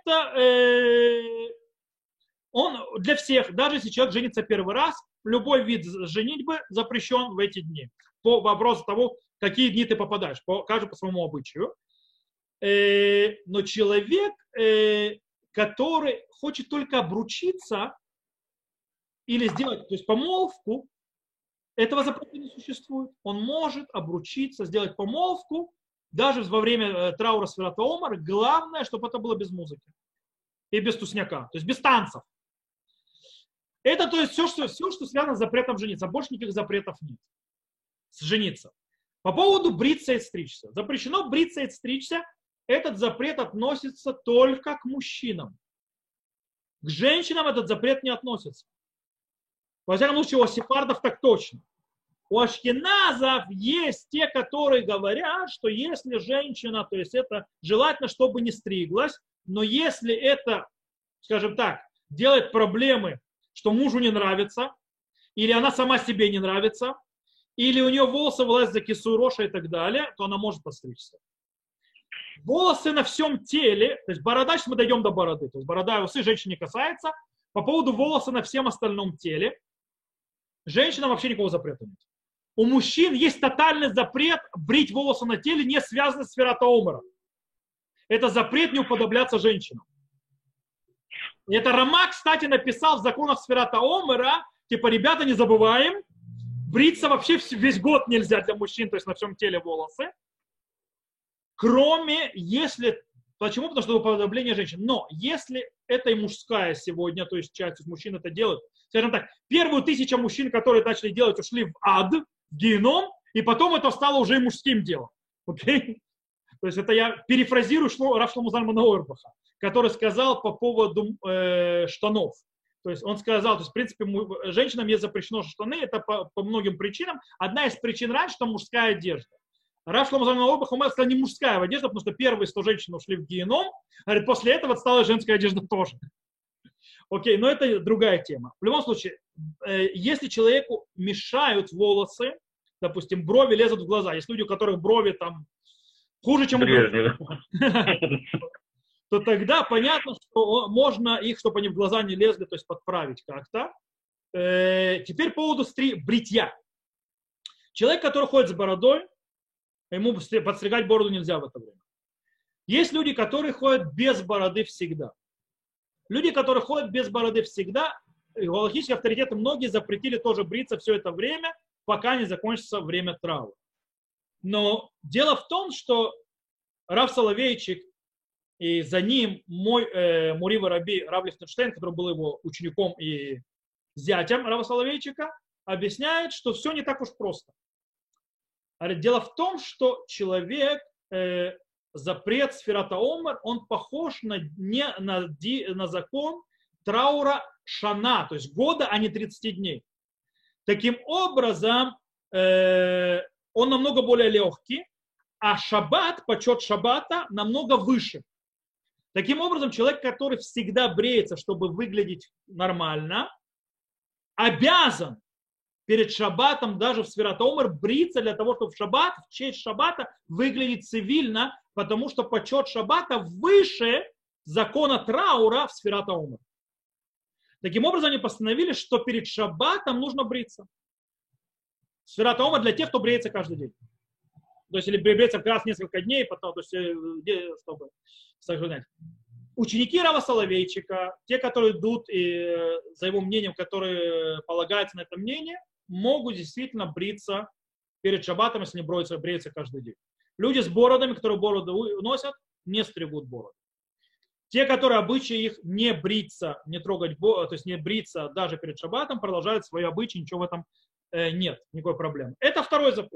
это он для всех. Даже если человек женится первый раз, любой вид женитьбы запрещен в эти дни. По вопросу того, какие дни ты попадаешь. Каждый по своему обычаю. Но человек, который хочет только обручиться или сделать, то есть помолвку, этого запрета не существует. Он может обручиться, сделать помолвку, даже во время траура Сфират ха-Омер. Главное, чтобы это было без музыки и без тусняка, то есть без танцев. Это то есть все, что связано с запретом жениться. Больше никаких запретов нет. Жениться. По поводу бриться и стричься. Запрещено бриться и стричься. Этот запрет относится только к мужчинам. К женщинам этот запрет не относится. Во всяком случае, у сефардов так точно. У ашкеназов есть те, которые говорят, что если женщина, то есть это желательно, чтобы не стриглась, но если это, скажем так, делает проблемы, что мужу не нравится, или она сама себе не нравится, или у нее волосы вылазят за кису роша и так далее, то она может постричься. Волосы на всем теле, то есть борода, сейчас мы дойдем до бороды, то есть борода и усы женщин не касается. По поводу волоса на всем остальном теле, женщинам вообще никакого запрета нет. У мужчин есть тотальный запрет брить волосы на теле, не связанный с Сфират ха-Омер. Это запрет не уподобляться женщинам. И это Рама, кстати, написал в законах Сфират ха-Омера, типа, ребята, не забываем, бриться вообще весь год нельзя для мужчин, то есть на всем теле волосы. Кроме, если... Почему? Потому что это уподобление женщин. Но если это и мужская сегодня, то есть часть из мужчин это делают, скажем так, первую 1000 мужчин, которые начали делать, ушли в ад, в геном, и потом это стало уже и мужским делом. Окей? То есть это я перефразирую Рав Шломо Зальмана Ойрбаха, который сказал по поводу штанов. То есть он сказал, то есть в принципе женщинам есть запрещено штаны, это по многим причинам. Одна из причин раньше, что мужская одежда. Рав Шломо Зальман Ойрбах сказал не мужская одежда, потому что первые 100 женщин ушли в геном, говорит, после этого стала женская одежда тоже. Окей, но это другая тема. В любом случае, если человеку мешают волосы, допустим, брови лезут в глаза, есть люди, у которых брови там хуже, чем у других, то тогда понятно, что можно их, чтобы они в глаза не лезли, то есть подправить как-то. Теперь по поводу бритья. Человек, который ходит с бородой, ему подстригать бороду нельзя в это время. Есть люди, которые ходят без бороды всегда. Люди, которые ходят без бороды всегда, галахические авторитеты многие запретили тоже бриться все это время, пока не закончится время траура. Но дело в том, что Рав Соловейчик и за ним мой Мурива Раби Рав Лихтенштейн, который был его учеником и зятем Рава Соловейчика, объясняет, что все не так уж просто. Дело в том, что человек, запрет Сфират ха-Омер, он похож на закон траура шана, то есть года, а не 30 дней. Таким образом, он намного более легкий, а шаббат, почет шаббата намного выше. Таким образом, человек, который всегда бреется, чтобы выглядеть нормально, обязан перед шаббатом, даже в Сфират ха-Омер, бриться для того, чтобы в шаббат, в честь шаббата выглядеть цивильно, потому что почет шаббата выше закона траура в Сфират ха-Омер. Таким образом, они постановили, что перед шаббатом нужно бриться. Сфират ха-Омер для тех, кто бреется каждый день. То есть, или бреется как раз несколько дней, потом, то есть, чтобы сохранять. Ученики Рава Соловейчика, те, которые идут и, за его мнением, которые полагаются на это мнение, могут действительно бриться перед шаббатом, если не бреются каждый день. Люди с бородами, которые бороду носят, не стригут бороду. Те, которые обычаи их не бриться, не трогать, то есть не бриться даже перед шаббатом, продолжают свои обычаи, ничего в этом нет, никакой проблемы. Это второй запрет.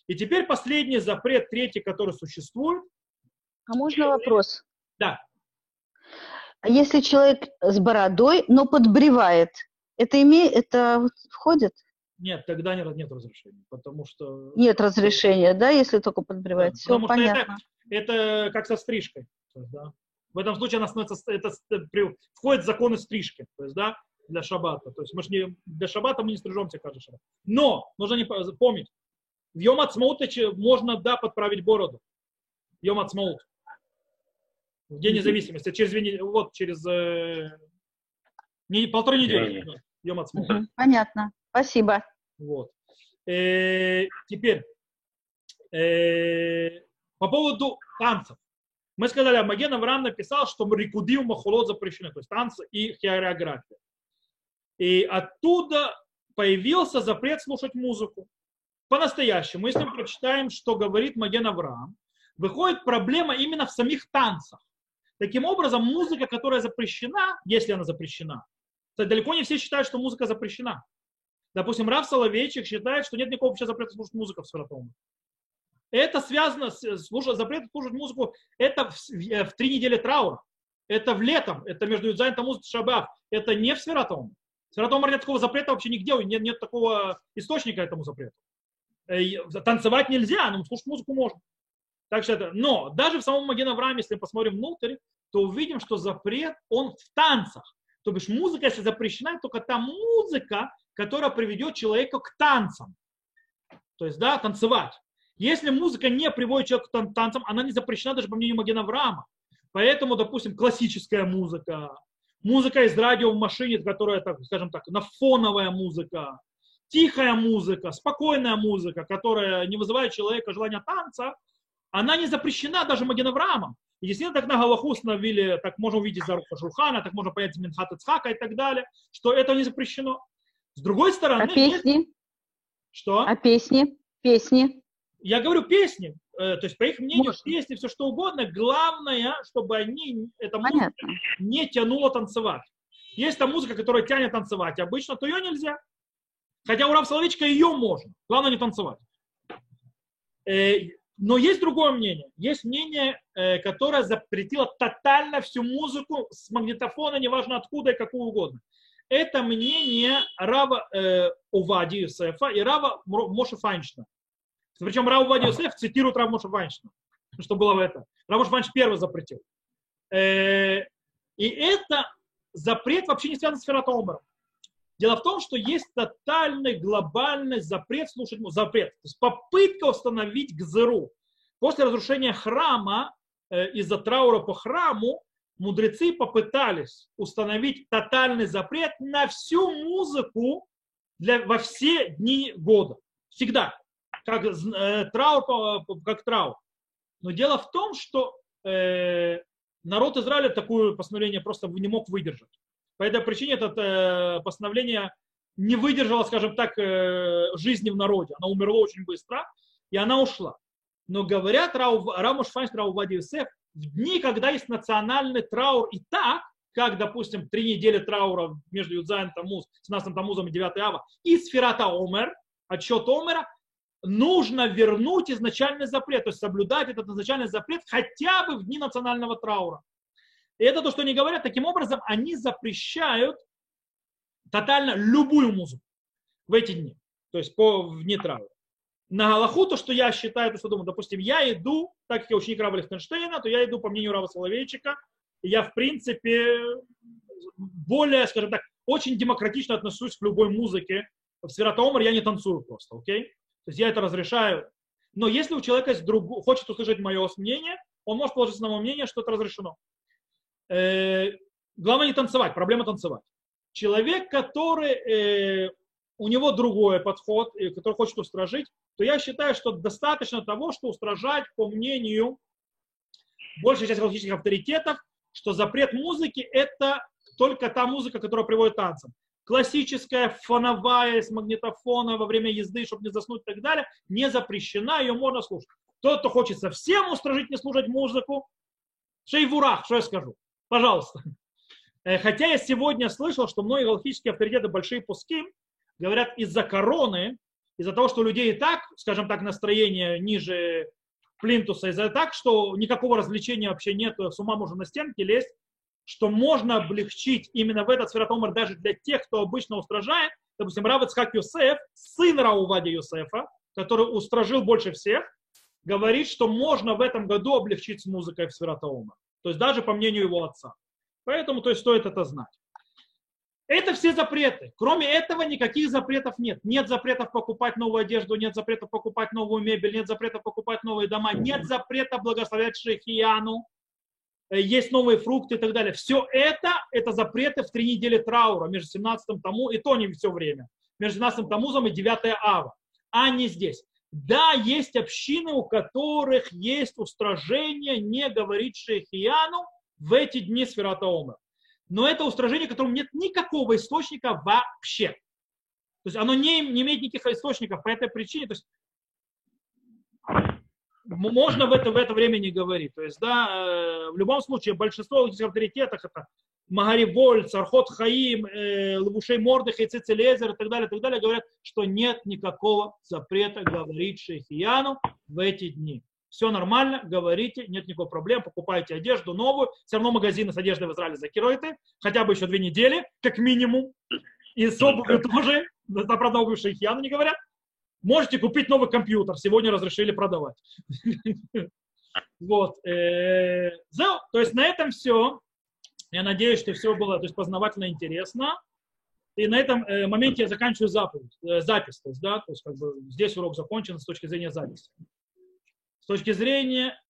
И теперь последний запрет, третий, который существует. А можно вопрос? Да. А если человек с бородой, но подбривает, это входит? Нет, тогда нет разрешения, потому что... Нет разрешения, да, если только Да, подбривает. Все потому что понятно. это как со стрижкой. То есть, да. В этом случае она становится, входит в законы стрижки, то есть, да, для шаббата. То есть мы для шаббата мы не стрижемся каждый шаббат. Но нужно помнить, в Йом Ацмаут можно, да, подправить бороду. Йом Ацмаут. В День независимости. Через полторы недели. Йом Ацмаут. Понятно. Спасибо. Вот. Теперь, по поводу танцев. Мы сказали, Маген Авраам написал, что рикуди у махулот запрещены, то есть танцы и хореография. И оттуда появился запрет слушать музыку. По-настоящему, если мы прочитаем, что говорит Маген Авраам, выходит проблема именно в самих танцах. Таким образом, музыка, которая запрещена, если она запрещена, то далеко не все считают, что музыка запрещена. Допустим, Рав Соловейчик считает, что нет никакого вообще запрета слушать музыку в Сферат-Омер. Это связано с запретом слушать музыку. Это в 3 недели траура. Это в летом. Это между Юдзайн Тамуз и Шаббат. Это не в Сферат-Омер. В Сферат-Омер нет такого запрета вообще нигде. Нет такого источника этому запрету. Танцевать нельзя, но слушать музыку можно. Так что это. Но даже в самом Маген Аврааме, если посмотрим внутрь, то увидим, что запрет, он в танцах. То бишь музыка, если запрещена, только та музыка, которая приведет человека к танцам. То есть, да, танцевать. Если музыка не приводит человека к танцам, она не запрещена даже по мнению Маген Авраама. Поэтому, допустим, классическая музыка, музыка из радио в машине, которая, так, скажем так, фоновая музыка, тихая музыка, спокойная музыка, которая не вызывает у человека желания танца, она не запрещена даже Маген Авраамом. И действительно, так на Галаху установили, так можно увидеть из Аруха Шулхана, так можно понять из Минхат Ицхака и так далее, что это не запрещено. С другой стороны... А песни? Что? А песни? Песни? Я говорю песни. То есть, по их мнению, Можно. песни, все что угодно. Главное, чтобы эта музыка не тянула танцевать. Есть там музыка, которая тянет танцевать обычно, то ее нельзя. Хотя у Рав Соловейчика ее можно. Главное не танцевать. Но есть другое мнение. Есть мнение, которое запретило тотально всю музыку с магнитофона, неважно откуда и какую угодно. Это мнение Рава Овади Йосефа и Рава Моше Файнштейна. Причем Рав Овади Йосеф цитирует Рава Моше Файнштейна. Что было в этом. Рав Моше Файнштейн первый запретил. И это запрет вообще не связан с Сферат-Омером. Дело в том, что есть тотальный глобальный запрет слушать музыку. Запрет. То есть попытка установить гзеру. После разрушения храма, из-за траура по храму, мудрецы попытались установить тотальный запрет на всю музыку во все дни года. Всегда. Как траур. Но дело в том, что народ Израиля такое постановление просто не мог выдержать. По этой причине это постановление не выдержало, скажем так, жизни в народе. Оно умерло очень быстро, и она ушла. Но говорят Рав Моше Файнштейн, Рав Овади Йосеф, в дни, когда есть национальный траур и так, как, допустим, 3 недели траура между Юдзайн Тамуз, 17 Тамузом и 9 Ава, и Сферата Омер, отсчет Омера, нужно вернуть изначальный запрет, то есть соблюдать этот изначальный запрет хотя бы в дни национального траура. И это то, что они говорят. Таким образом, они запрещают тотально любую музыку в эти дни, то есть в дни траура. На Галаху то, что я считаю, то, что думаю, допустим, я иду, так как я ученик Рава Лихтенштейна, то я иду по мнению Рава Соловейчика, и я, в принципе, более, скажем так, очень демократично отношусь к любой музыке. В Сферат-Омер я не танцую просто, окей? То есть я это разрешаю. Но если у человека есть хочет услышать мое мнение, он может положиться на мое мнение, что это разрешено. Главное не танцевать, проблема танцевать. Человек, который у него другой подход, который хочет устражить, то я считаю, что достаточно того, что устражать, по мнению большей части галактических авторитетов, что запрет музыки – это только та музыка, которая приводит к танцам. Классическая, фоновая, с магнитофона во время езды, чтобы не заснуть и так далее, не запрещена, ее можно слушать. Тот, кто хочет совсем устражить, не слушать музыку, шейвурах, что я скажу? Пожалуйста. Хотя я сегодня слышал, что многие галактические авторитеты, большие пуски, говорят, из-за короны из-за того, что у людей и так, скажем так, настроение ниже плинтуса, из-за того, что никакого развлечения вообще нет, с ума можно на стенке лезть, что можно облегчить именно в этот сферат омар даже для тех, кто обычно устражает. Допустим, Рав Ицхак Йосеф, сын Раувади Йосефа, который устражил больше всех, говорит, что можно в этом году облегчить с музыкой в сферат омар. То есть даже по мнению его отца. Поэтому то есть, стоит это знать. Это все запреты. Кроме этого никаких запретов нет. Нет запретов покупать новую одежду, нет запретов покупать новую мебель, нет запретов покупать новые дома, нет запрета благословлять шейхияну, есть новые фрукты и так далее. Все это запреты в 3 недели траура между 17-м Тамузом, и то не все время, между 17-м Тамузом и 9 Ава, а не здесь. Да, есть общины, у которых есть устражение не говорить шейхияну в эти дни сферата омар. Но это устражение, в котором нет никакого источника вообще. То есть оно не имеет никаких источников по этой причине. То есть можно в это время не говорить. То есть, да, в любом случае, большинство логических авторитетов, это Магариволь, Цархот Хаим, Лавушей Мордых, Ицец Элиэзер и так далее, говорят, что нет никакого запрета говорить шейхияну в эти дни. Все нормально, говорите, нет никакой проблем, покупайте одежду новую. Все равно магазины с одеждой в Израиле закроют, хотя бы еще 2 недели, как минимум. И с обувью тоже, правда, обувь шейхияну не говорят. Можете купить новый компьютер, сегодня разрешили продавать. Вот. То есть на этом все. Я надеюсь, что все было познавательно интересно. И на этом моменте я заканчиваю запись. То есть, да, то есть как бы здесь урок закончен с точки зрения записи. С точки зрения